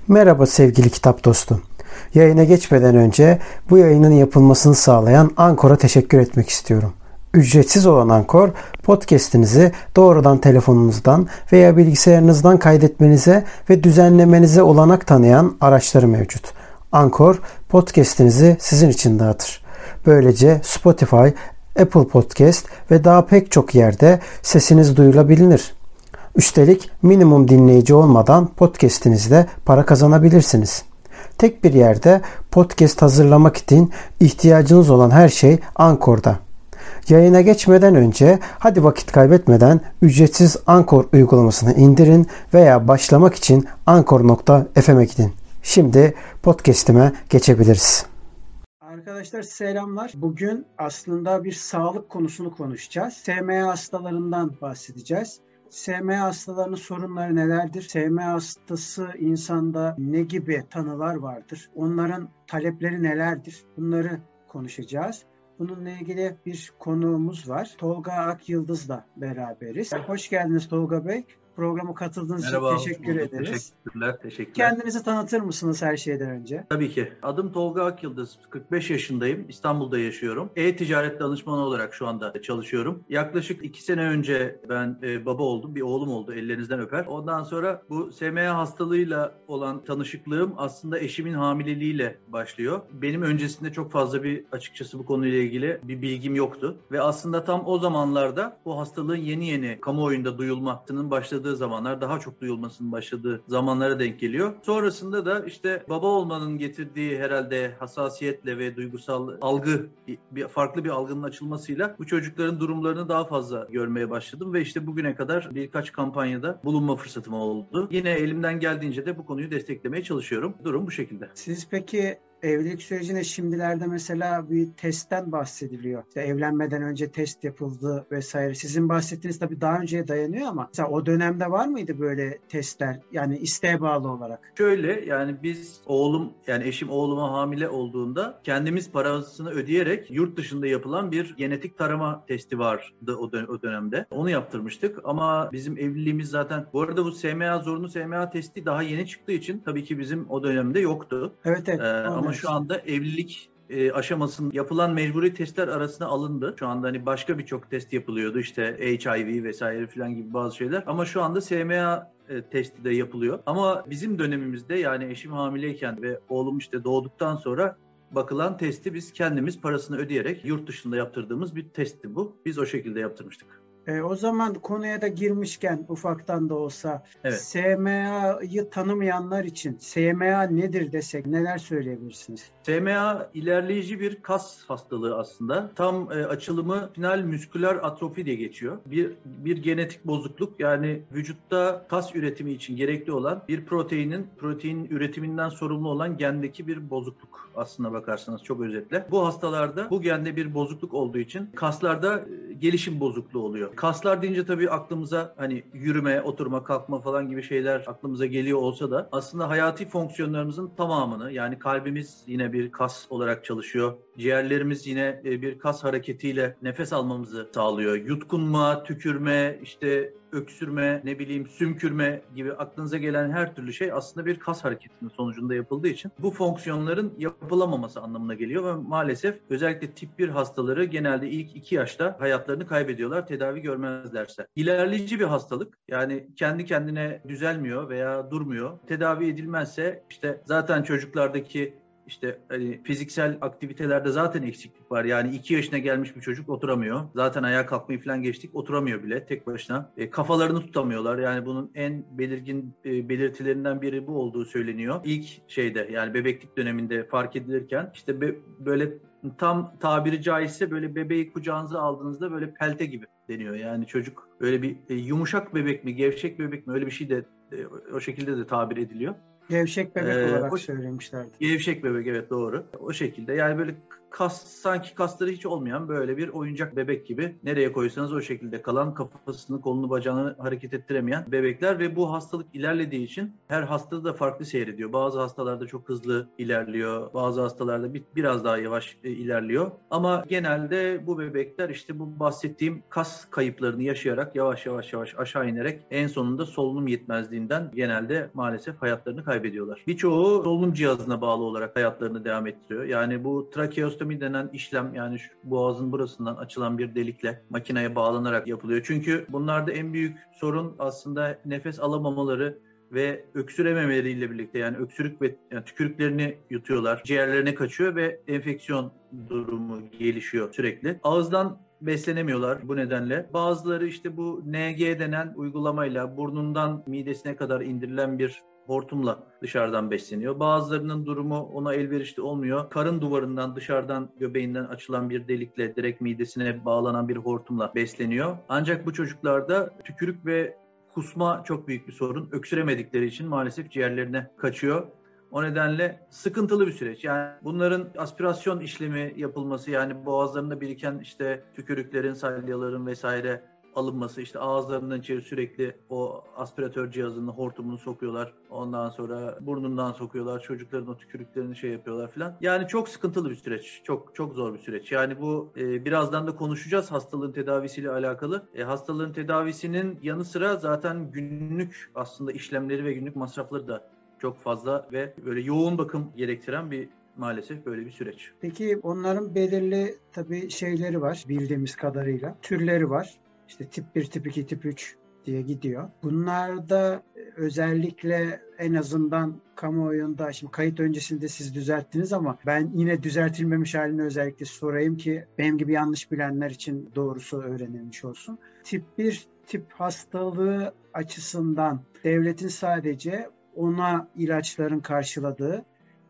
Merhaba sevgili kitap dostum. Yayına geçmeden önce bu yayının yapılmasını sağlayan Ankor'a teşekkür etmek istiyorum. Ücretsiz olan Ankor, podcast'inizi doğrudan telefonunuzdan veya bilgisayarınızdan kaydetmenize ve düzenlemenize olanak tanıyan araçları mevcut. Ankor, podcast'inizi sizin için dağıtır. Böylece Spotify, Apple Podcast ve daha pek çok yerde sesiniz duyulabilir. Üstelik minimum dinleyici olmadan podcast'inizde para kazanabilirsiniz. Tek bir yerde podcast hazırlamak için ihtiyacınız olan her şey Ankor'da. Yayına geçmeden önce hadi vakit kaybetmeden ücretsiz Ankor uygulamasını indirin veya başlamak için ankor.fm'e gidin. Şimdi podcast'ime geçebiliriz. Arkadaşlar selamlar. Bugün aslında bir sağlık konusunu konuşacağız. SMA hastalarından bahsedeceğiz. SMA hastalarının sorunları nelerdir? SMA hastası insanda ne gibi tanılar vardır? Onların talepleri nelerdir? Bunları konuşacağız. Bununla ilgili bir konuğumuz var. Tolga Akyıldız'la beraberiz. Hoş geldiniz Tolga Bey. Programa katıldığınız Merhaba, için teşekkür ederiz. Teşekkürler. Kendinizi tanıtır mısınız her şeyden önce? Tabii ki. Adım Tolga Akyıldız. 45 yaşındayım. İstanbul'da yaşıyorum. E-ticaret danışmanı olarak şu anda çalışıyorum. Yaklaşık 2 sene önce ben baba oldum. Bir oğlum oldu. Ellerinizden öper. Ondan sonra bu SMA hastalığıyla olan tanışıklığım aslında eşimin hamileliğiyle başlıyor. Benim öncesinde çok fazla açıkçası bu konuyla ilgili bir bilgim yoktu. Ve aslında tam o zamanlarda bu hastalığın yeni kamuoyunda duyulmasının başladığı zamanlar, daha çok duyulmasının başladığı zamanlara denk geliyor. Sonrasında da işte baba olmanın getirdiği herhalde hassasiyetle ve duygusal algı, farklı bir algının açılmasıyla bu çocukların durumlarını daha fazla görmeye başladım ve işte bugüne kadar birkaç kampanyada bulunma fırsatım oldu. Yine elimden geldiğince de bu konuyu desteklemeye çalışıyorum. Durum bu şekilde. Siz peki evlilik sürecinde şimdilerde mesela bir testten bahsediliyor. İşte evlenmeden önce test yapıldı vesaire. Sizin bahsettiğiniz tabii daha önceye dayanıyor ama mesela o dönemde var mıydı böyle testler? Yani isteğe bağlı olarak. Şöyle yani eşim oğluma hamile olduğunda kendimiz parasını ödeyerek yurt dışında yapılan bir genetik tarama testi vardı o dönemde. Onu yaptırmıştık ama bizim evliliğimiz zaten bu arada bu zorunlu SMA testi daha yeni çıktığı için tabii ki bizim o dönemde yoktu. Evet. Ama şu anda evlilik aşamasında yapılan mecburi testler arasına alındı. Şu anda hani başka birçok test yapılıyordu işte HIV vesaire falan gibi bazı şeyler. Ama şu anda SMA testi de yapılıyor. Ama bizim dönemimizde yani eşim hamileyken ve oğlum işte doğduktan sonra bakılan testi biz kendimiz parasını ödeyerek yurt dışında yaptırdığımız bir testti bu. Biz o şekilde yaptırmıştık. O zaman konuya da girmişken ufaktan da olsa evet. SMA'yı tanımayanlar için SMA nedir desek neler söyleyebilirsiniz? SMA ilerleyici bir kas hastalığı aslında. Tam açılımı spinal musküler atrofi diye geçiyor. Bir genetik bozukluk yani vücutta kas üretimi için gerekli olan bir protein üretiminden sorumlu olan gendeki bir bozukluk aslına bakarsanız çok özetle. Bu hastalarda bu gende bir bozukluk olduğu için kaslarda gelişim bozukluğu oluyor. Kaslar deyince tabii aklımıza hani yürüme, oturma, kalkma falan gibi şeyler aklımıza geliyor olsa da aslında hayati fonksiyonlarımızın tamamını yani kalbimiz yine bir kas olarak çalışıyor. Ciğerlerimiz yine bir kas hareketiyle nefes almamızı sağlıyor. Yutkunma, tükürme, işte öksürme, sümkürme gibi aklınıza gelen her türlü şey aslında bir kas hareketinin sonucunda yapıldığı için bu fonksiyonların yapılamaması anlamına geliyor ve maalesef özellikle tip 1 hastaları genelde ilk 2 yaşta hayatlarını kaybediyorlar tedavi görmezlerse. İlerleyici bir hastalık yani kendi kendine düzelmiyor veya durmuyor. Tedavi edilmezse işte zaten çocuklardaki İşte hani fiziksel aktivitelerde zaten eksiklik var. Yani 2 yaşına gelmiş bir çocuk oturamıyor. Zaten ayağa kalkmayı falan geçtik. Oturamıyor bile tek başına. Kafalarını tutamıyorlar. Yani bunun en belirgin belirtilerinden biri bu olduğu söyleniyor. İlk yani bebeklik döneminde fark edilirken işte böyle tam tabiri caizse böyle bebeği kucağınıza aldığınızda böyle pelte gibi deniyor. Yani çocuk öyle bir yumuşak bebek mi, gevşek bebek mi öyle bir şey de o şekilde de tabir ediliyor. Gevşek bebek olarak söylemişlerdi. Gevşek bebek evet doğru. O şekilde yani böyle sanki kasları hiç olmayan böyle bir oyuncak bebek gibi nereye koysanız o şekilde kalan, kafasını, kolunu, bacağını hareket ettiremeyen bebekler ve bu hastalık ilerlediği için her hastada da farklı seyrediyor. Bazı hastalarda çok hızlı ilerliyor, bazı hastalarda biraz daha yavaş ilerliyor. Ama genelde bu bebekler işte bu bahsettiğim kas kayıplarını yaşayarak yavaş yavaş aşağı inerek en sonunda solunum yetmezliğinden genelde maalesef hayatlarını kaybediyorlar. Birçoğu solunum cihazına bağlı olarak hayatlarını devam ettiriyor. Yani bu trakeostomi denen işlem, yani şu boğazın burasından açılan bir delikle makineye bağlanarak yapılıyor. Çünkü bunlarda en büyük sorun aslında nefes alamamaları ve öksürememeleriyle birlikte, yani öksürük ve tükürüklerini yutuyorlar, ciğerlerine kaçıyor ve enfeksiyon durumu gelişiyor sürekli. Ağızdan beslenemiyorlar bu nedenle. Bazıları işte bu NG denen uygulamayla burnundan midesine kadar indirilen bir hortumla dışarıdan besleniyor. Bazılarının durumu ona elverişli olmuyor. Karın duvarından dışarıdan göbeğinden açılan bir delikle direkt midesine bağlanan bir hortumla besleniyor. Ancak bu çocuklarda tükürük ve kusma çok büyük bir sorun. Öksüremedikleri için maalesef ciğerlerine kaçıyor. O nedenle sıkıntılı bir süreç. Yani bunların aspirasyon işlemi yapılması, yani boğazlarında biriken işte tükürüklerin, salyaların vesaire alınması, işte ağızlarından içeri sürekli o aspiratör cihazının hortumunu sokuyorlar. Ondan sonra burnundan sokuyorlar. Çocukların o tükürüklerini yapıyorlar falan. Yani çok sıkıntılı bir süreç. Çok zor bir süreç. Yani bu birazdan da konuşacağız hastalığın tedavisiyle alakalı. Hastalığın tedavisinin yanı sıra zaten günlük aslında işlemleri ve günlük masrafları da çok fazla ve böyle yoğun bakım gerektiren maalesef böyle bir süreç. Peki onların belirli tabii şeyleri var bildiğimiz kadarıyla. Türleri var. İşte tip 1, tip 2, tip 3 diye gidiyor. Bunlarda özellikle en azından kamuoyunda, şimdi kayıt öncesinde siz düzelttiniz ama ben yine düzeltilmemiş halini özellikle sorayım ki benim gibi yanlış bilenler için doğrusu öğrenilmiş olsun. Tip 1 tip hastalığı açısından devletin sadece ona ilaçların karşıladığı,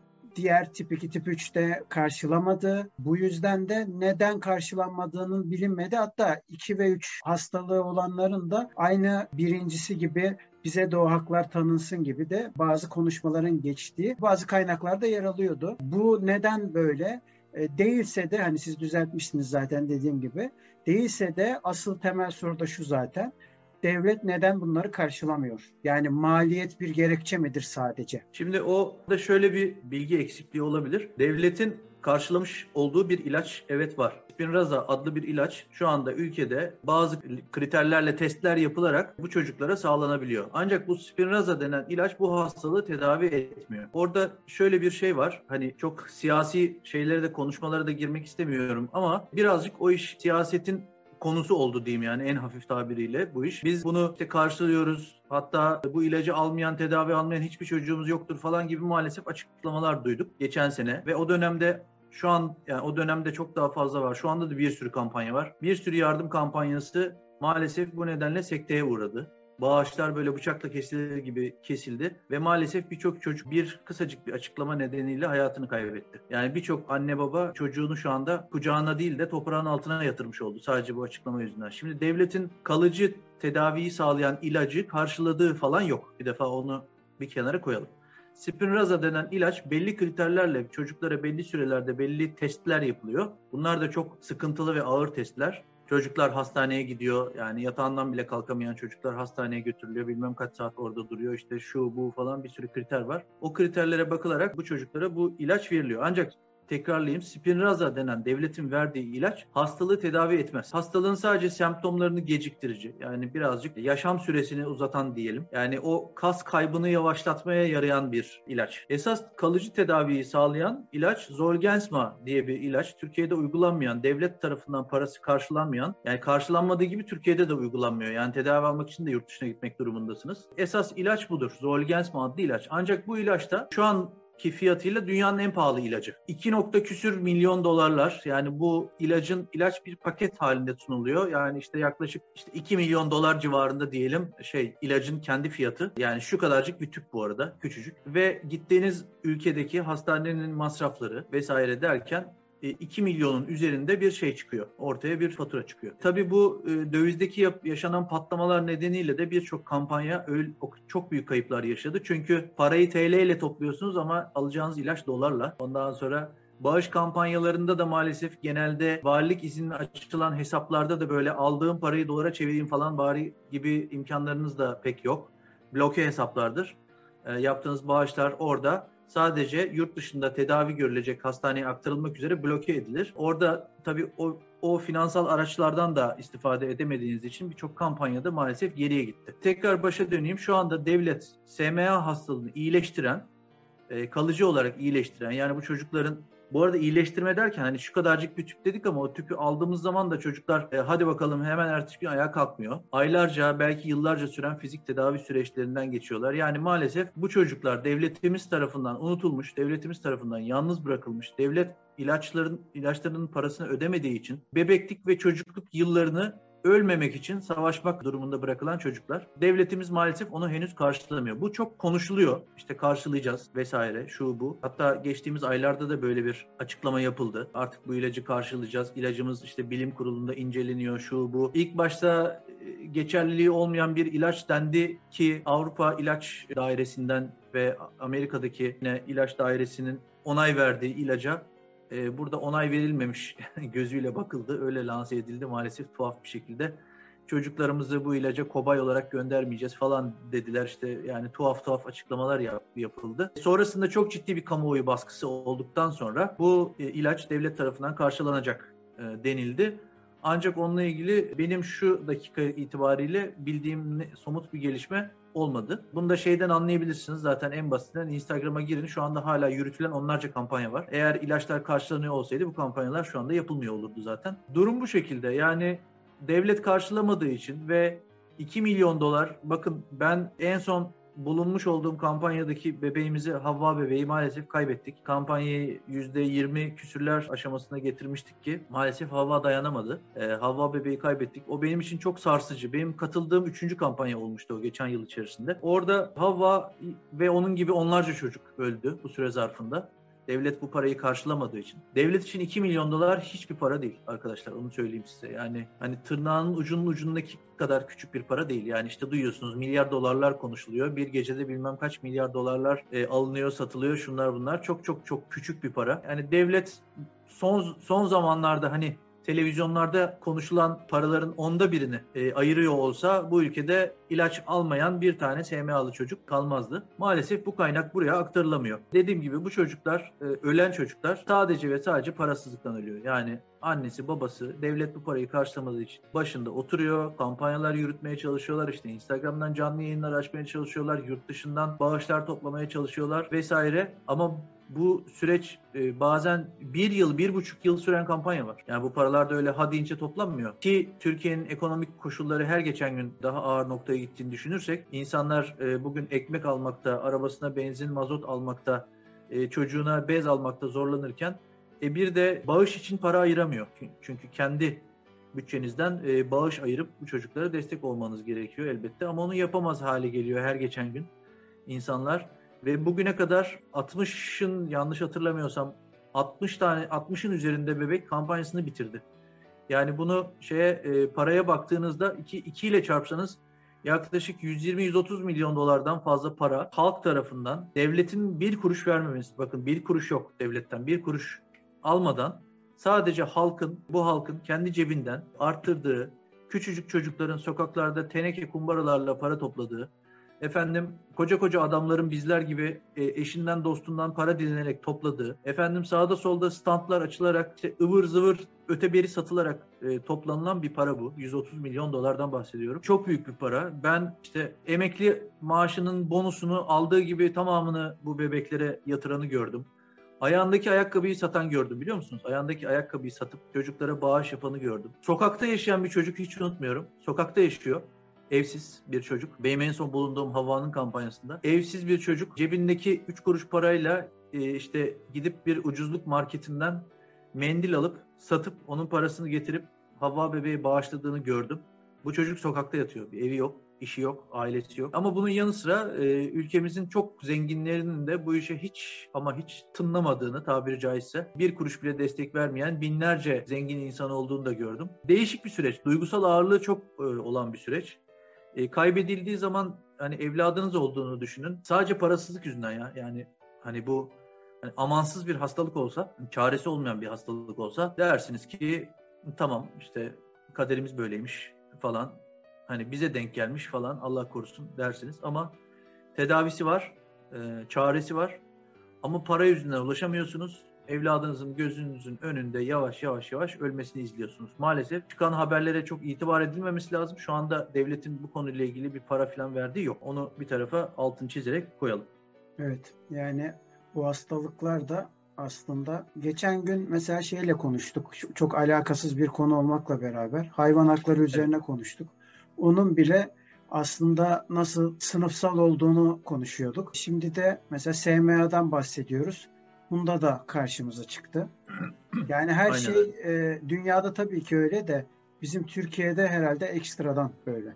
diğer tip 2, tip 3'te karşılamadı. Bu yüzden de neden karşılanmadığının bilinmedi. Hatta 2 ve 3 hastalığı olanların da aynı birincisi gibi bize de o haklar tanınsın gibi de bazı konuşmaların geçtiği bazı kaynaklarda yer alıyordu. Bu neden böyle? Değilse de, hani siz düzeltmişsiniz zaten dediğim gibi, değilse de asıl temel soru da şu zaten. Devlet neden bunları karşılamıyor? Yani maliyet bir gerekçe midir sadece? Şimdi o da şöyle bir bilgi eksikliği olabilir. Devletin karşılamış olduğu bir ilaç evet var. Spinraza adlı bir ilaç şu anda ülkede bazı kriterlerle testler yapılarak bu çocuklara sağlanabiliyor. Ancak bu Spinraza denen ilaç bu hastalığı tedavi etmiyor. Orada şöyle bir şey var. Hani çok siyasi şeylere de, konuşmalara da girmek istemiyorum ama birazcık o iş siyasetin konusu oldu diyeyim, yani en hafif tabiriyle bu iş. Biz bunu işte karşılıyoruz. Hatta bu ilacı almayan, tedavi almayan hiçbir çocuğumuz yoktur falan gibi maalesef açıklamalar duyduk geçen sene. Ve o dönemde yani o dönemde çok daha fazla var. Şu anda da bir sürü kampanya var. Bir sürü yardım kampanyası maalesef bu nedenle sekteye uğradı. Bağışlar böyle bıçakla kesilir gibi kesildi ve maalesef birçok çocuk bir kısacık bir açıklama nedeniyle hayatını kaybetti. Yani birçok anne baba çocuğunu şu anda kucağına değil de toprağın altına yatırmış oldu sadece bu açıklama yüzünden. Şimdi devletin kalıcı tedaviyi sağlayan ilacı karşıladığı falan yok. Bir defa onu bir kenara koyalım. Spinraza denen ilaç belli kriterlerle çocuklara belli sürelerde belli testler yapılıyor. Bunlar da çok sıkıntılı ve ağır testler. Çocuklar hastaneye gidiyor. Yani yatağından bile kalkamayan çocuklar hastaneye götürülüyor. Bilmem kaç saat orada duruyor. İşte şu bu falan bir sürü kriter var. O kriterlere bakılarak bu çocuklara bu ilaç veriliyor. Ancak tekrarlayayım, Spinraza denen devletin verdiği ilaç hastalığı tedavi etmez. Hastalığın sadece semptomlarını geciktirici, yani birazcık yaşam süresini uzatan diyelim. Yani o kas kaybını yavaşlatmaya yarayan bir ilaç. Esas kalıcı tedaviyi sağlayan ilaç Zolgensma diye bir ilaç. Türkiye'de uygulanmayan, devlet tarafından parası karşılanmayan, yani karşılanmadığı gibi Türkiye'de de uygulanmıyor. Yani tedavi almak için de yurt dışına gitmek durumundasınız. Esas ilaç budur. Zolgensma adlı ilaç. Ancak bu ilaçta şu an ki fiyatıyla dünyanın en pahalı ilacı. 2,küsür milyon dolarlar. Yani bu ilaç bir paket halinde sunuluyor. Yani işte yaklaşık 2 milyon dolar civarında diyelim ilacın kendi fiyatı. Yani şu kadarcık bir tüp bu arada, küçücük. Ve gittiğiniz ülkedeki hastanenin masrafları vesaire derken 2 milyonun üzerinde bir çıkıyor. Ortaya bir fatura çıkıyor. Tabii bu dövizdeki yaşanan patlamalar nedeniyle de birçok kampanya çok büyük kayıplar yaşadı. Çünkü parayı TL ile topluyorsunuz ama alacağınız ilaç dolarla. Ondan sonra Bağış kampanyalarında da maalesef genelde valilik izinli açılan hesaplarda da böyle aldığım parayı dolara çevireyim falan bari gibi imkanlarınız da pek yok. Bloke hesaplardır. Yaptığınız bağışlar orada sadece yurt dışında tedavi görülecek hastaneye aktarılmak üzere bloke edilir. Orada tabii o finansal araçlardan da istifade edemediğiniz için birçok kampanyada maalesef geriye gitti. Tekrar başa döneyim. Şu anda devlet SMA hastalığını iyileştiren, kalıcı olarak iyileştiren, yani bu çocukların, bu arada iyileştirme derken hani şu kadarcık bir tüp dedik ama o tüpü aldığımız zaman da çocuklar hadi bakalım hemen ertesi gün ayağa kalkmıyor. Aylarca belki yıllarca süren fizik tedavi süreçlerinden geçiyorlar. Yani maalesef bu çocuklar devletimiz tarafından unutulmuş, devletimiz tarafından yalnız bırakılmış, devlet ilaçlarının parasını ödemediği için bebeklik ve çocukluk yıllarını ölmemek için savaşmak durumunda bırakılan çocuklar. Devletimiz maalesef onu henüz karşılamıyor. Bu çok konuşuluyor. İşte karşılayacağız vesaire, şu bu. Hatta geçtiğimiz aylarda da böyle bir açıklama yapıldı. Artık bu ilacı karşılayacağız. İlacımız işte bilim kurulunda inceleniyor, şu bu. İlk başta geçerliliği olmayan bir ilaç dendi ki Avrupa İlaç Dairesi'nden ve Amerika'daki yine ilaç dairesinin onay verdiği ilaca burada onay verilmemiş gözüyle bakıldı. Öyle lanse edildi maalesef tuhaf bir şekilde. Çocuklarımızı bu ilaca kobay olarak göndermeyeceğiz falan dediler. İşte yani tuhaf açıklamalar yapıldı. Sonrasında çok ciddi bir kamuoyu baskısı olduktan sonra bu ilaç devlet tarafından karşılanacak denildi. Ancak onunla ilgili benim şu dakika itibariyle bildiğim somut bir gelişme olmadı. Bunu da şeyden anlayabilirsiniz. Zaten en basitinden Instagram'a girin. Şu anda hala yürütülen onlarca kampanya var. Eğer ilaçlar karşılanıyor olsaydı bu kampanyalar şu anda yapılmıyor olurdu zaten. Durum bu şekilde. Yani devlet karşılamadığı için ve 2 milyon dolar, bakın ben en son bulunmuş olduğum kampanyadaki bebeğimizi, Havva bebeği maalesef kaybettik. Kampanyayı %20 küsürler aşamasına getirmiştik ki maalesef Havva dayanamadı. Havva bebeği kaybettik. O benim için çok sarsıcı. Benim katıldığım 3. kampanya olmuştu o geçen yıl içerisinde. Orada Havva ve onun gibi onlarca çocuk öldü bu süre zarfında. Devlet bu parayı karşılamadığı için. Devlet için 2 milyon dolar hiçbir para değil arkadaşlar, onu söyleyeyim size. Yani hani tırnağın ucunun ucundaki kadar küçük bir para değil. Yani işte duyuyorsunuz, milyar dolarlar konuşuluyor. Bir gecede bilmem kaç milyar dolarlar alınıyor, satılıyor, şunlar bunlar. Çok küçük bir para. Yani devlet son zamanlarda hani televizyonlarda konuşulan paraların 1/10'ını ayırıyor olsa bu ülkede ilaç almayan bir tane SMA'lı çocuk kalmazdı. Maalesef bu kaynak buraya aktarılamıyor. Dediğim gibi bu çocuklar, ölen çocuklar sadece ve sadece parasızlıktan ölüyor. Yani annesi, babası devlet bu parayı karşılamadığı için başında oturuyor, kampanyalar yürütmeye çalışıyorlar, işte Instagram'dan canlı yayınlar açmaya çalışıyorlar, yurt dışından bağışlar toplamaya çalışıyorlar vesaire. Ama bu süreç bazen 1 yıl, 1,5 yıl süren kampanya var. Yani bu paralar da öyle ha deyince toplanmıyor. Ki Türkiye'nin ekonomik koşulları her geçen gün daha ağır noktaya gittiğini düşünürsek, insanlar bugün ekmek almakta, arabasına benzin, mazot almakta, çocuğuna bez almakta zorlanırken bir de bağış için para ayıramıyor. Çünkü kendi bütçenizden bağış ayırıp bu çocuklara destek olmanız gerekiyor elbette. Ama onu yapamaz hale geliyor her geçen gün insanlar. Ve bugüne kadar 60'ın, yanlış hatırlamıyorsam 60'ın üzerinde bebek kampanyasını bitirdi. Yani bunu paraya baktığınızda 2 ile çarpsanız yaklaşık 120-130 milyon dolardan fazla para halk tarafından, devletin bir kuruş vermemesi, bakın bir kuruş yok devletten, bir kuruş almadan sadece bu halkın kendi cebinden arttırdığı, küçücük çocukların sokaklarda teneke kumbaralarla para topladığı, koca adamların bizler gibi eşinden dostundan para dilenerek topladığı, sağda solda standlar açılarak, ıvır zıvır öteberi satılarak toplanılan bir para bu. 130 milyon dolardan bahsediyorum. Çok büyük bir para. Ben emekli maaşının bonusunu aldığı gibi tamamını bu bebeklere yatıranı gördüm. Ayağındaki ayakkabıyı satan gördüm, biliyor musunuz? Ayağındaki ayakkabıyı satıp çocuklara bağış yapanı gördüm. Sokakta yaşayan bir çocuk, hiç unutmuyorum. Sokakta yaşıyor. Evsiz bir çocuk. Benim en son bulunduğum Havva'nın kampanyasında. Evsiz bir çocuk cebindeki 3 kuruş parayla gidip bir ucuzluk marketinden mendil alıp satıp onun parasını getirip Havva bebeği bağışladığını gördüm. Bu çocuk sokakta yatıyor. Bir evi yok, işi yok, ailesi yok. Ama bunun yanı sıra ülkemizin çok zenginlerinin de bu işe hiç tınlamadığını, tabiri caizse bir kuruş bile destek vermeyen binlerce zengin insan olduğunu da gördüm. Değişik bir süreç. Duygusal ağırlığı çok olan bir süreç. Kaybedildiği zaman hani evladınız olduğunu düşünün. Sadece parasızlık yüzünden ya. Yani hani bu hani amansız bir hastalık olsa, çaresi olmayan bir hastalık olsa dersiniz ki tamam işte kaderimiz böyleymiş falan. Hani bize denk gelmiş falan, Allah korusun dersiniz. Ama tedavisi var, çaresi var. Ama para yüzünden ulaşamıyorsunuz. Evladınızın gözünüzün önünde yavaş yavaş ölmesini izliyorsunuz. Maalesef çıkan haberlere çok itibar edilmemesi lazım. Şu anda devletin bu konuyla ilgili bir para falan verdiği yok. Onu bir tarafa altını çizerek koyalım. Evet, yani bu hastalıklar da aslında geçen gün mesela şeyle konuştuk. Çok alakasız bir konu olmakla beraber hayvan hakları üzerine konuştuk. Onun bile aslında nasıl sınıfsal olduğunu konuşuyorduk. Şimdi de mesela SMA'dan bahsediyoruz. Bunda da karşımıza çıktı. Yani her Aynen şey öyle. dünyada tabii ki öyle de bizim Türkiye'de herhalde ekstradan böyle.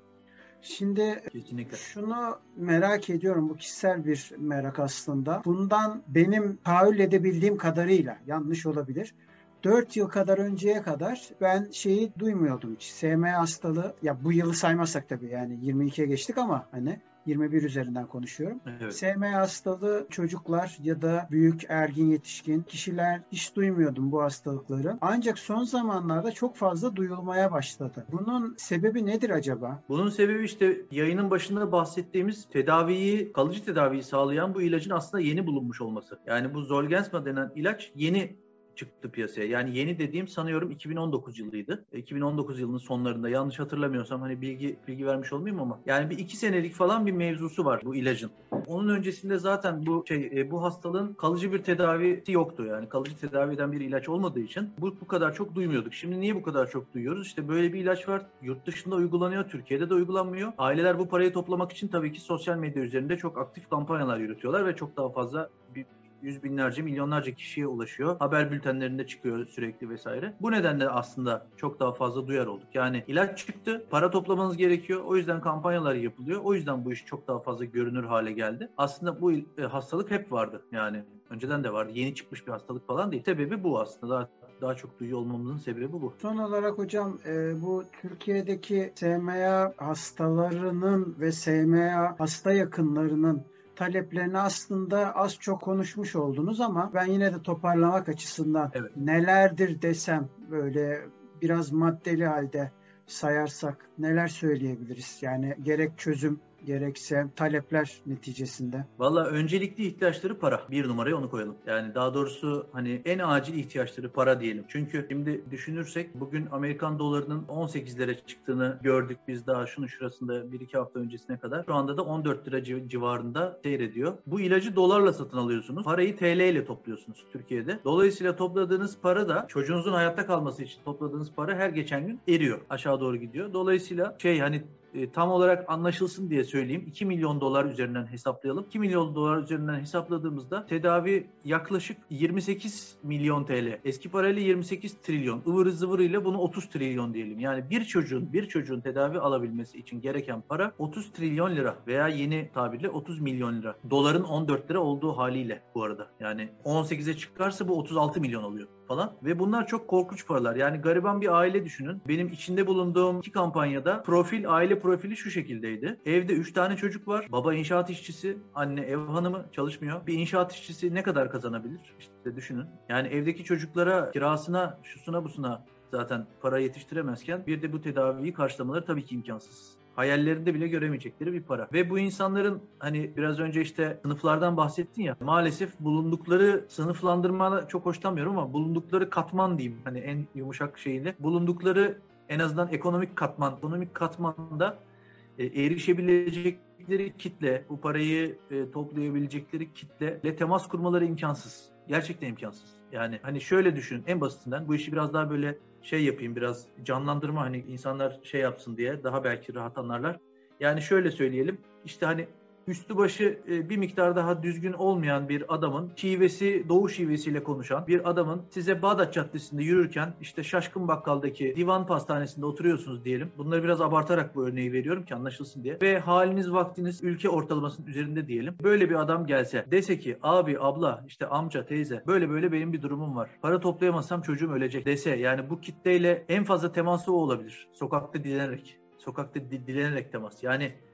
Şimdi Kesinlikle. şunu merak ediyorum, bu kişisel bir merak aslında. Bundan benim tahayyül edebildiğim kadarıyla, yanlış olabilir, 4 yıl kadar önceye kadar ben şeyi duymuyordum hiç. SMA hastalığı, ya bu yılı saymazsak tabii, yani 22'ye geçtik ama hani 21 üzerinden konuşuyorum. Evet. SMA hastalığı çocuklar ya da büyük ergin yetişkin kişiler hiç duymuyordum bu hastalıkları. Ancak son zamanlarda çok fazla duyulmaya başladı. Bunun sebebi nedir acaba? Bunun sebebi işte yayının başında bahsettiğimiz tedaviyi, kalıcı tedaviyi sağlayan bu ilacın aslında yeni bulunmuş olması. Yani bu Zolgensma denen ilaç yeni çıktı piyasaya. Yani yeni dediğim sanıyorum 2019 yılıydı. 2019 yılının sonlarında, yanlış hatırlamıyorsam, hani bilgi vermiş olmayayım ama yani bir 2 senelik falan bir mevzusu var bu ilacın. Onun öncesinde zaten bu hastalığın kalıcı bir tedavisi yoktu. Yani kalıcı tedavi eden bir ilaç olmadığı için bu kadar çok duymuyorduk. Şimdi niye bu kadar çok duyuyoruz? İşte böyle bir ilaç var. Yurt dışında uygulanıyor. Türkiye'de de uygulanmıyor. Aileler bu parayı toplamak için tabii ki sosyal medya üzerinde çok aktif kampanyalar yürütüyorlar ve çok daha fazla yüz binlerce, milyonlarca kişiye ulaşıyor. Haber bültenlerinde çıkıyor sürekli vesaire. Bu nedenle aslında çok daha fazla duyar olduk. Yani ilaç çıktı, para toplamanız gerekiyor. O yüzden kampanyalar yapılıyor. O yüzden bu iş çok daha fazla görünür hale geldi. Aslında bu hastalık hep vardı. Yani önceden de vardı. Yeni çıkmış bir hastalık falan değil. Sebebi bu aslında. Daha çok duyuyor olmamızın sebebi bu. Son olarak hocam, bu Türkiye'deki SMA hastalarının ve SMA hasta yakınlarının taleplerini aslında az çok konuşmuş oldunuz ama ben yine de toparlamak açısından Evet. nelerdir desem, böyle biraz maddeli halde sayarsak neler söyleyebiliriz? Yani gerek çözüm gerekse talepler neticesinde. Valla öncelikli ihtiyaçları para. Bir numaraya onu koyalım. Yani daha doğrusu hani en acil ihtiyaçları para diyelim. Çünkü şimdi düşünürsek bugün Amerikan dolarının 18'lere çıktığını gördük biz daha şunun şurasında 1-2 hafta öncesine kadar. Şu anda da 14 lira civarında seyrediyor. Bu ilacı dolarla satın alıyorsunuz. Parayı TL ile topluyorsunuz Türkiye'de. Dolayısıyla topladığınız para da çocuğunuzun hayatta kalması için topladığınız para her geçen gün eriyor. Aşağı doğru gidiyor. Dolayısıyla tam olarak anlaşılsın diye söyleyeyim. 2 milyon dolar üzerinden hesaplayalım. 2 milyon dolar üzerinden hesapladığımızda tedavi yaklaşık 28 milyon TL. Eski parayla 28 trilyon. Ivırı zıvırıyla bunu 30 trilyon diyelim. Yani bir çocuğun tedavi alabilmesi için gereken para 30 trilyon lira veya yeni tabirle 30 milyon lira. Doların 14 lira olduğu haliyle bu arada. Yani 18'e çıkarsa bu 36 milyon oluyor falan. Ve bunlar çok korkunç paralar. Yani gariban bir aile düşünün. Benim içinde bulunduğum 2 kampanyada aile profili şu şekildeydi. Evde 3 tane çocuk var. Baba inşaat işçisi, anne ev hanımı, çalışmıyor. Bir inşaat işçisi ne kadar kazanabilir? İşte düşünün. Yani evdeki çocuklara kirasına, şusuna busuna zaten para yetiştiremezken bir de bu tedaviyi karşılamaları tabii ki imkansız. Hayallerinde bile göremeyecekleri bir para. Ve bu insanların hani biraz önce işte sınıflardan bahsettin ya, maalesef bulundukları sınıflandırma çok hoşlanmıyorum ama bulundukları katman diyeyim, hani en yumuşak şeyiyle, bulundukları en azından ekonomik katmanda erişebilecekleri kitle, bu parayı toplayabilecekleri kitleyle temas kurmaları imkansız. Gerçekten imkansız. Yani hani şöyle düşün, en basitinden bu işi biraz daha böyle yapayım, biraz canlandırma, hani insanlar yapsın diye daha belki rahat anlarlar. Yani şöyle söyleyelim, işte hani üstü başı bir miktar daha düzgün olmayan bir adamın doğu şivesiyle konuşan bir adamın size Bağdat Caddesi'nde yürürken işte Şaşkın Bakkal'daki Divan Pastanesi'nde oturuyorsunuz diyelim. Bunları biraz abartarak bu örneği veriyorum ki anlaşılsın diye. Ve haliniz vaktiniz ülke ortalamasının üzerinde diyelim. Böyle bir adam gelse, dese ki abi, abla, işte amca, teyze, böyle benim bir durumum var. Para toplayamazsam çocuğum ölecek dese, yani bu kitleyle en fazla teması o olabilir. Sokakta dilenerek temas. Yani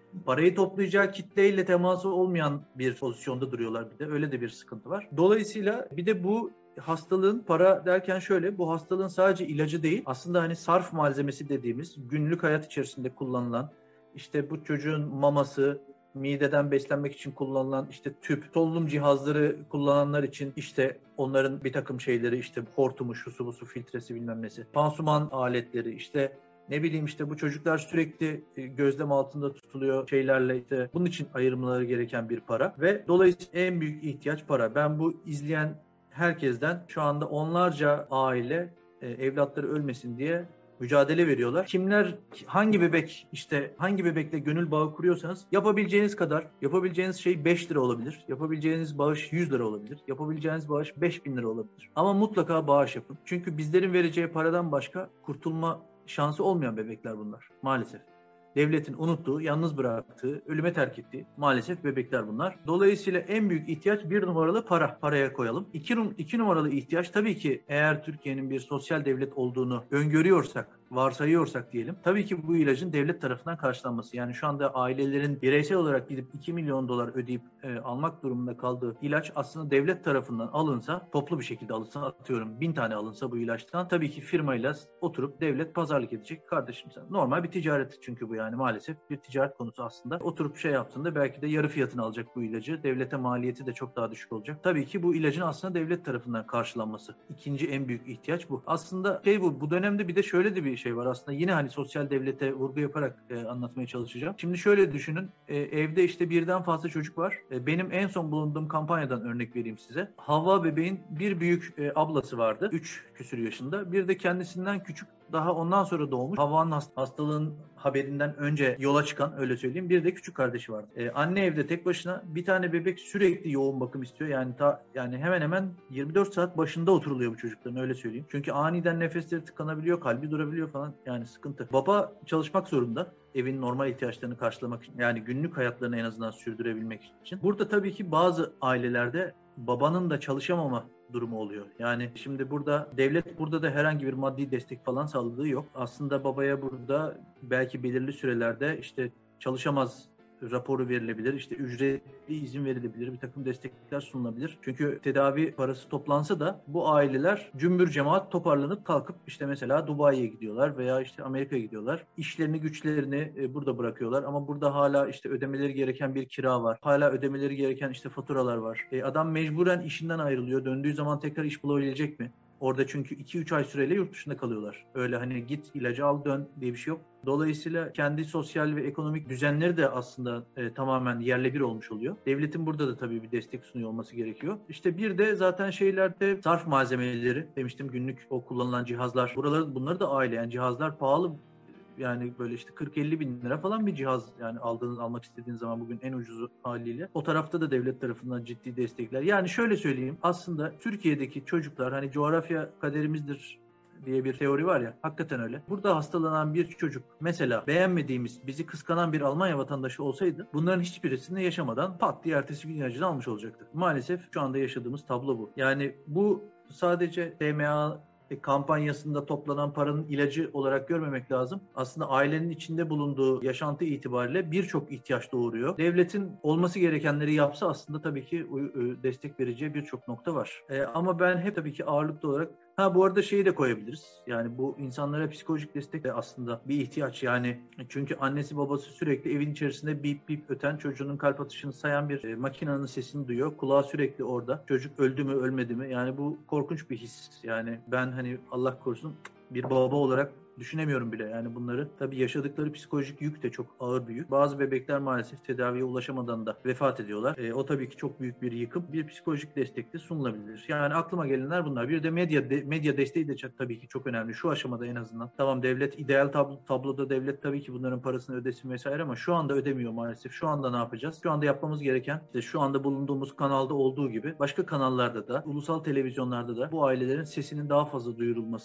Parayı toplayacağı kitleyle teması olmayan bir pozisyonda duruyorlar bir de. Öyle de bir sıkıntı var. Dolayısıyla bir de bu hastalığın, para derken şöyle, bu hastalığın sadece ilacı değil, aslında hani sarf malzemesi dediğimiz günlük hayat içerisinde kullanılan, işte bu çocuğun maması, mideden beslenmek için kullanılan işte tüp, solunum cihazları kullananlar için işte onların bir takım şeyleri, işte hortumu, şusu busu, filtresi bilmem nesi, pansuman aletleri, işte ne bileyim işte bu çocuklar sürekli gözlem altında tutuluyor şeylerle, işte bunun için ayırmaları gereken bir para ve dolayısıyla en büyük ihtiyaç para. Ben bu izleyen herkesten şu anda onlarca aile evlatları ölmesin diye mücadele veriyorlar. Kimler, hangi bebek, işte hangi bebekle gönül bağı kuruyorsanız yapabileceğiniz kadar, yapabileceğiniz şey 5 lira olabilir. Yapabileceğiniz bağış 100 lira olabilir. Yapabileceğiniz bağış 5.000 lira olabilir. Ama mutlaka bağış yapın. Çünkü bizlerin vereceği paradan başka kurtulma şansı olmayan bebekler bunlar maalesef. Devletin unuttuğu, yalnız bıraktığı, ölüme terk ettiği maalesef bebekler bunlar. Dolayısıyla en büyük ihtiyaç bir numaralı para. Paraya koyalım. İki numaralı ihtiyaç tabii ki, eğer Türkiye'nin bir sosyal devlet olduğunu öngörüyorsak, varsayıyorsak diyelim, tabii ki bu ilacın devlet tarafından karşılanması. Yani şu anda ailelerin bireysel olarak gidip 2 milyon dolar ödeyip almak durumunda kaldığı ilaç aslında devlet tarafından alınsa, toplu bir şekilde alınsa, atıyorum 1000 tane alınsa bu ilaçtan, tabii ki firmayla oturup devlet pazarlık edecek. Kardeşim sen, normal bir ticaret çünkü bu, yani maalesef bir ticaret konusu aslında. Oturup şey yaptığında belki de yarı fiyatını alacak bu ilacı. Devlete maliyeti de çok daha düşük olacak. Tabii ki bu ilacın aslında devlet tarafından karşılanması. İkinci en büyük ihtiyaç bu. Aslında bu dönemde bir de şöyle de bir şey var aslında. Yine hani sosyal devlete vurgu yaparak anlatmaya çalışacağım. Şimdi şöyle düşünün. Evde işte birden fazla çocuk var. Benim en son bulunduğum kampanyadan örnek vereyim size. Havva bebeğin bir büyük ablası vardı. 3 küsur yaşında. Bir de kendisinden küçük, daha ondan sonra doğmuş, Havva'nın hastalığın haberinden önce yola çıkan, öyle söyleyeyim, bir de küçük kardeşi vardı. Anne evde tek başına, bir tane bebek sürekli yoğun bakım istiyor. Yani hemen hemen 24 saat başında oturuluyor bu çocukların, öyle söyleyeyim. Çünkü aniden nefesleri tıkanabiliyor, kalbi durabiliyor falan, yani sıkıntı. Baba çalışmak zorunda evin normal ihtiyaçlarını karşılamak için, yani günlük hayatlarını en azından sürdürebilmek için. Burada tabii ki bazı ailelerde babanın da çalışamama durumu oluyor. Yani şimdi burada devlet, burada da herhangi bir maddi destek falan sağladığı yok. Aslında babaya burada belki belirli sürelerde işte çalışamaz raporu verilebilir, işte ücretli izin verilebilir, bir takım destekler sunulabilir. Çünkü tedavi parası toplansa da bu aileler cümbür cemaat toparlanıp kalkıp işte mesela Dubai'ye gidiyorlar veya işte Amerika'ya gidiyorlar. İşlerini, güçlerini burada bırakıyorlar ama burada hala işte ödemeleri gereken bir kira var. Hala ödemeleri gereken işte faturalar var. Adam mecburen işinden ayrılıyor. Döndüğü zaman tekrar iş bulabilecek mi? Orada çünkü 2-3 ay süreyle yurt dışında kalıyorlar. Öyle hani git ilacı al dön diye bir şey yok. Dolayısıyla kendi sosyal ve ekonomik düzenleri de aslında tamamen yerle bir olmuş oluyor. Devletin burada da tabii bir destek sunuyor olması gerekiyor. İşte bir de zaten şeylerde sarf malzemeleri demiştim, günlük o kullanılan cihazlar. Bunları da aile, yani cihazlar pahalı. Yani böyle işte 40-50 bin lira falan bir cihaz, yani almak istediğin zaman bugün en ucuz haliyle. O tarafta da devlet tarafından ciddi destekler. Yani şöyle söyleyeyim, aslında Türkiye'deki çocuklar, hani coğrafya kaderimizdir diye bir teori var ya, hakikaten öyle. Burada hastalanan bir çocuk mesela beğenmediğimiz, bizi kıskanan bir Almanya vatandaşı olsaydı bunların hiçbirisini yaşamadan pat diye ertesi gün ilacını almış olacaktı. Maalesef şu anda yaşadığımız tablo bu. Yani bu sadece TMA kampanyasında toplanan paranın ilacı olarak görmemek lazım. Aslında ailenin içinde bulunduğu yaşantı itibariyle birçok ihtiyaç doğuruyor. Devletin olması gerekenleri yapsa aslında tabii ki destek vereceği birçok nokta var. Ama ben hep tabii ki ağırlıklı olarak bu arada şeyi de koyabiliriz. Yani bu insanlara psikolojik destek de aslında bir ihtiyaç. Yani çünkü annesi babası sürekli evin içerisinde bip bip öten, çocuğunun kalp atışını sayan bir makinenin sesini duyuyor. Kulağı sürekli orada. Çocuk öldü mü ölmedi mi? Yani bu korkunç bir his. Yani ben hani Allah korusun bir baba olarak düşünemiyorum bile yani bunları. Tabii yaşadıkları psikolojik yük de çok ağır bir yük. Bazı bebekler maalesef tedaviye ulaşamadan da vefat ediyorlar. O tabii ki çok büyük bir yıkım. Bir psikolojik destek de sunulabilir. Yani aklıma gelenler bunlar. Bir de medya desteği de tabii ki çok önemli. Şu aşamada en azından. Tamam, devlet ideal tabloda devlet tabii ki bunların parasını ödesin vesaire ama şu anda ödemiyor maalesef. Şu anda ne yapacağız? Şu anda yapmamız gereken, işte şu anda bulunduğumuz kanalda olduğu gibi başka kanallarda da, ulusal televizyonlarda da bu ailelerin sesinin daha fazla duyurulması,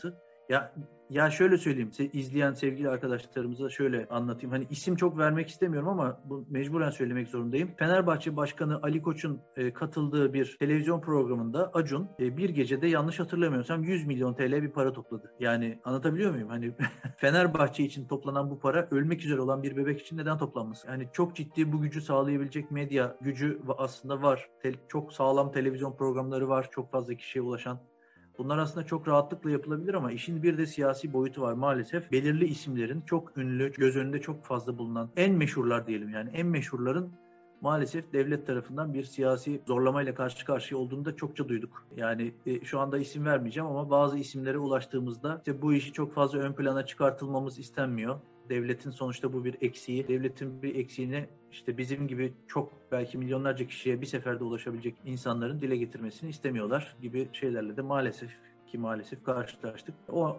Ya şöyle söyleyeyim, izleyen sevgili arkadaşlarımıza şöyle anlatayım. Hani isim çok vermek istemiyorum ama bu mecburen söylemek zorundayım. Fenerbahçe Başkanı Ali Koç'un katıldığı bir televizyon programında Acun bir gecede, yanlış hatırlamıyorsam, 100 milyon TL bir para topladı. Yani anlatabiliyor muyum? Hani Fenerbahçe için toplanan bu para ölmek üzere olan bir bebek için neden toplanmasın? Yani çok ciddi bu gücü sağlayabilecek medya gücü aslında var. Çok sağlam televizyon programları var. Çok fazla kişiye ulaşan. Bunlar aslında çok rahatlıkla yapılabilir ama işin bir de siyasi boyutu var maalesef. Belirli isimlerin, çok ünlü, göz önünde çok fazla bulunan, en meşhurlar diyelim, yani en meşhurların maalesef devlet tarafından bir siyasi zorlamayla karşı karşıya olduğunu da çokça duyduk. Yani şu anda isim vermeyeceğim ama bazı isimlere ulaştığımızda işte bu işi çok fazla ön plana çıkartılmamız istenmiyor. Devletin sonuçta bu bir eksiği. Devletin bir eksiğini işte bizim gibi çok, belki milyonlarca kişiye bir seferde ulaşabilecek insanların dile getirmesini istemiyorlar gibi şeylerle de maalesef karşılaştık.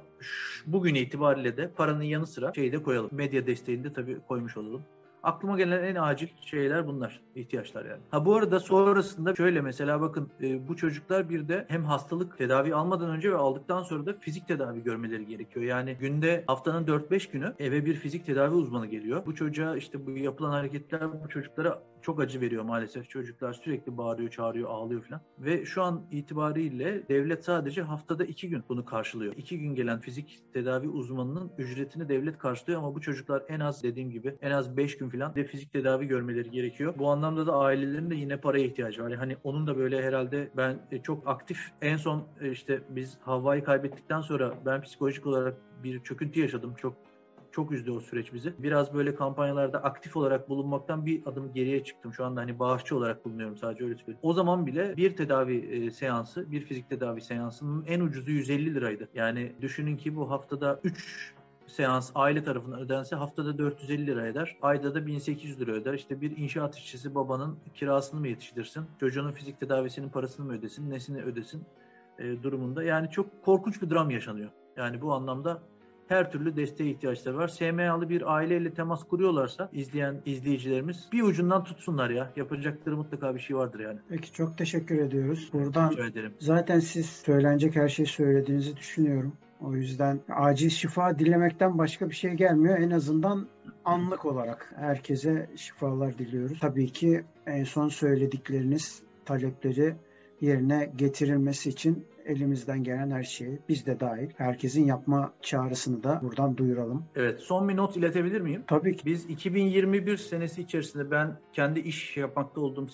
Bugün itibariyle de paranın yanı sıra şeyi de koyalım. Medya desteğini de tabii koymuş olalım. Aklıma gelen en acil şeyler bunlar. İhtiyaçlar yani. Bu arada sonrasında şöyle mesela bakın, bu çocuklar bir de hem hastalık tedavi almadan önce ve aldıktan sonra da fizik tedavi görmeleri gerekiyor. Yani günde, haftanın 4-5 günü eve bir fizik tedavi uzmanı geliyor. Bu çocuğa işte bu yapılan hareketler bu çocuklara çok acı veriyor maalesef. Çocuklar sürekli bağırıyor, çağırıyor, ağlıyor falan. Ve şu an itibariyle devlet sadece haftada 2 gün bunu karşılıyor. 2 gün gelen fizik tedavi uzmanının ücretini devlet karşılıyor ama bu çocuklar en az, dediğim gibi, en az 5 gün falan de fizik tedavi görmeleri gerekiyor. Bu anlamda da ailelerin de yine paraya ihtiyacı var. Hani onun da böyle herhalde, ben çok aktif, en son işte biz Havva'yı kaybettikten sonra ben psikolojik olarak bir çöküntü yaşadım. Çok üzdü o süreç bizi. Biraz böyle kampanyalarda aktif olarak bulunmaktan bir adım geriye çıktım. Şu anda hani bağışçı olarak bulunuyorum, sadece öyle söyleyeyim. O zaman bile bir tedavi seansı, bir fizik tedavi seansının en ucuzu 150 liraydı. Yani düşünün ki bu haftada 3 seans aile tarafından ödense haftada 450 lira eder. Ayda da 1800 lira öder. İşte bir inşaat işçisi babanın kirasını mı yetiştirsin? Çocuğunun fizik tedavisinin parasını mı ödesin? Nesini ödesin? Durumunda. Yani çok korkunç bir dram yaşanıyor. Yani bu anlamda her türlü desteğe ihtiyaçları var. SMA'lı bir aileyle temas kuruyorlarsa izleyicilerimiz bir ucundan tutsunlar ya. Yapacakları mutlaka bir şey vardır yani. Peki, çok teşekkür ediyoruz. Buradan zaten siz söylenecek her şeyi söylediğinizi düşünüyorum. O yüzden acil şifa dilemekten başka bir şey gelmiyor. En azından anlık olarak herkese şifalar diliyoruz. Tabii ki en son söyledikleriniz talepleri yerine getirilmesi için elimizden gelen her şeyi, biz de dahil, herkesin yapma çağrısını da buradan duyuralım. Evet, son bir not iletebilir miyim? Tabii ki. Biz 2021 senesi içerisinde ben kendi iş yapmakta olduğum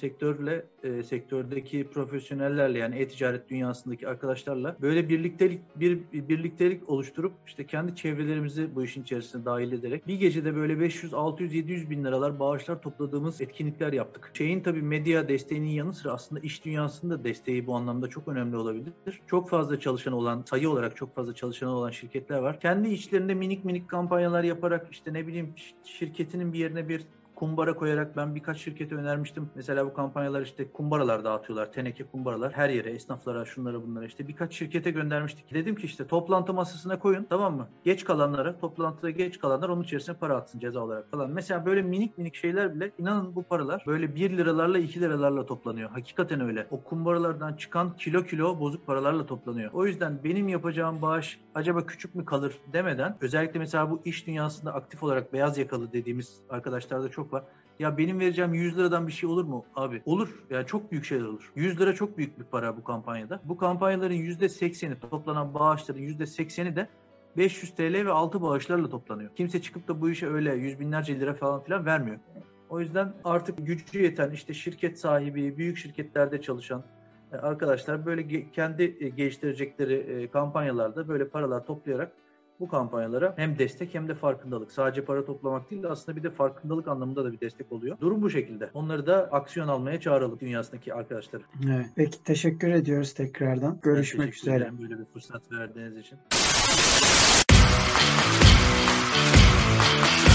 sektördeki profesyonellerle, yani e-ticaret dünyasındaki arkadaşlarla böyle birliktelik oluşturup işte kendi çevrelerimizi bu işin içerisine dahil ederek bir gecede böyle 500, 600, 700 bin liralar bağışlar topladığımız etkinlikler yaptık. Tabii medya desteğinin yanı sıra aslında iş dünyasında desteği bu anlamda çok önemli olabilir. Çok fazla çalışan olan, sayı olarak çok fazla çalışan olan şirketler var. Kendi içlerinde minik kampanyalar yaparak, işte ne bileyim, şirketinin bir yerine bir kumbara koyarak, ben birkaç şirkete önermiştim. Mesela bu kampanyalar işte kumbaralar dağıtıyorlar. Teneke kumbaralar her yere, esnaflara, şunlara bunlara, işte birkaç şirkete göndermiştik. Dedim ki işte toplantı masasına koyun, tamam mı? Toplantıda geç kalanlar onun içerisine para atsın ceza olarak falan. Mesela böyle minik şeyler bile, inanın bu paralar böyle 1 liralarla 2 liralarla toplanıyor. Hakikaten öyle. O kumbaralardan çıkan kilo bozuk paralarla toplanıyor. O yüzden benim yapacağım bağış acaba küçük mü kalır demeden, özellikle mesela bu iş dünyasında aktif olarak beyaz yakalı dediğimiz arkadaşlarda çok var. Ya benim vereceğim 100 liradan bir şey olur mu abi? Olur. Yani çok büyük şeyler olur. 100 lira çok büyük bir para bu kampanyada. Bu kampanyaların %80'i, toplanan bağışların %80'i de 500 TL ve altı bağışlarla toplanıyor. Kimse çıkıp da bu işe öyle yüz binlerce lira falan filan vermiyor. O yüzden artık gücü yeten, işte şirket sahibi, büyük şirketlerde çalışan arkadaşlar böyle kendi geliştirecekleri kampanyalarda böyle paralar toplayarak bu kampanyalara hem destek hem de farkındalık. Sadece para toplamak değil de aslında bir de farkındalık anlamında da bir destek oluyor. Durum bu şekilde. Onları da aksiyon almaya çağıralım dünyasındaki arkadaşları. Evet. Peki, teşekkür ediyoruz tekrardan. Görüşmek üzere. Böyle bir fırsat verdiğiniz için.